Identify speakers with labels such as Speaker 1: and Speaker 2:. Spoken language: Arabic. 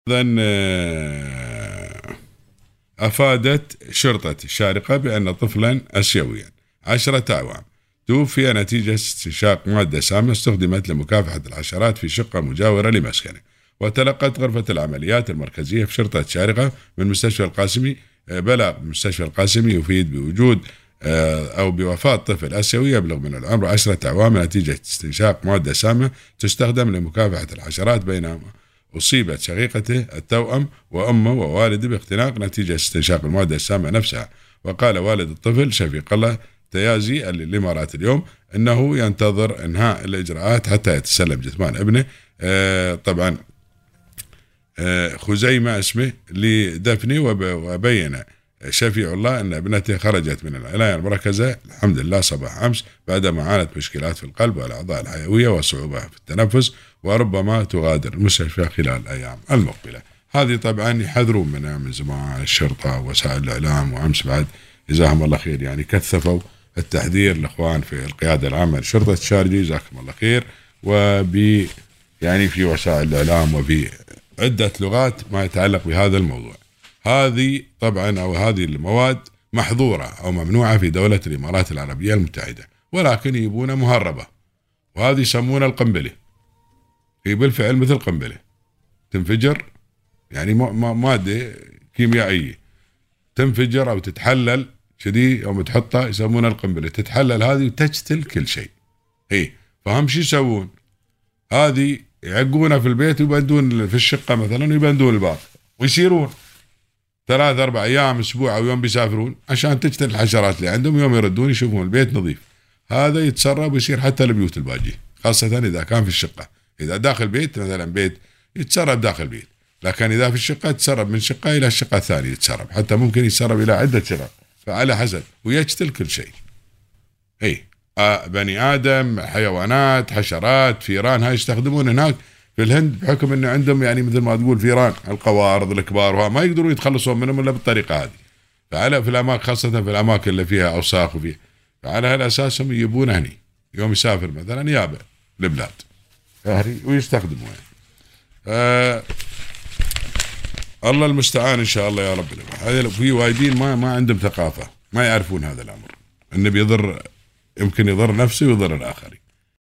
Speaker 1: إذن أفادت شرطة الشارقة بأن طفلا آسيويا 10 أعوام توفي نتيجة استنشاق مادة سامة استخدمت لمكافحة الحشرات في شقة مجاورة لمسكنه. وتلقت غرفة العمليات المركزية في شرطة الشارقة من مستشفى القاسمي بلاغ من مستشفى القاسمي يفيد بوجود أو بوفاة طفل آسيوي يبلغ من العمر 10 أعوام نتيجة استنشاق مادة سامة تستخدم لمكافحة الحشرات، بينما أصيبت شقيقته التوأم وأمه ووالده باختناق نتيجة استنشاق المادة السامة نفسها. وقال والد الطفل شفيق الله تيازي الإمارات اليوم أنه ينتظر إنهاء الإجراءات حتى يتسلم جثمان ابنه طبعا خزيمة اسمه لدفنه. وبين شفيع الله أن ابنته خرجت من العناية المركزة الحمد لله صباح أمس بعدما عانت مشكلات في القلب والأعضاء الحيوية وصعوبة في التنفس، وربما تغادر المستشفى خلال الأيام المقبلة. هذه طبعا يحذرون منها من زمان الشرطة ووسائل الإعلام، وأمس بعد جزاهم الله خير يعني كثفوا التحذير الإخوان في القيادة العامة لشرطة الشارقة جزاكم الله خير، يعني في وسائل الإعلام وفي عدة لغات ما يتعلق بهذا الموضوع. هذه طبعا أو هذه المواد محظورة أو ممنوعة في دولة الإمارات العربية المتحدة، ولكن يبون مهربة، وهذه يسمونها القنبلة. هي بالفعل مثل قنبلة تنفجر، يعني مادة كيميائية تنفجر أو تتحلل كذي يوم تحطها يسمونها القنبلة، تتحلل هذه وتقتل كل شيء. فهم شو يسوون؟ هذه يعقونها في البيت ويبندون في الشقة مثلا ويبندون الباب ويسيرون 3-4 أيام أسبوع أو يوم بيسافرون عشان تقتل الحشرات اللي عندهم، يوم يردون يشوفون البيت نظيف. هذا يتسرب ويصير حتى البيوت الباجية، خاصة إذا كان في الشقة. إذا داخل بيت مثلا بيت يتسرب داخل بيت، لكن إذا في الشقة يتسرب من شقة إلى الشقة الثانية، يتسرب حتى ممكن يتسرب إلى عدة شقق، فعلى حسب ويقتل كل شيء. بني آدم، حيوانات، حشرات، فيران، هاي يستخدمون هناك في الهند بحكم أنه عندهم يعني مثل ما تقول فيران القوارض الكبار، وها ما يقدرون يتخلصون منهم إلا بالطريقة هذه. فعلى في الأماكن خاصة في الأماكن اللي فيها أوساخ وفيها، فعلى هالأساس هم يجيبون هني يوم يسافر مثلا يابا البلاد ويستخدموا الله المستعان إن شاء الله يا رب. هذا في وايدين ما عندهم ثقافة، ما يعرفون هذا الأمر، إنه بيضر، يمكن يضر نفسه ويضر الآخرين.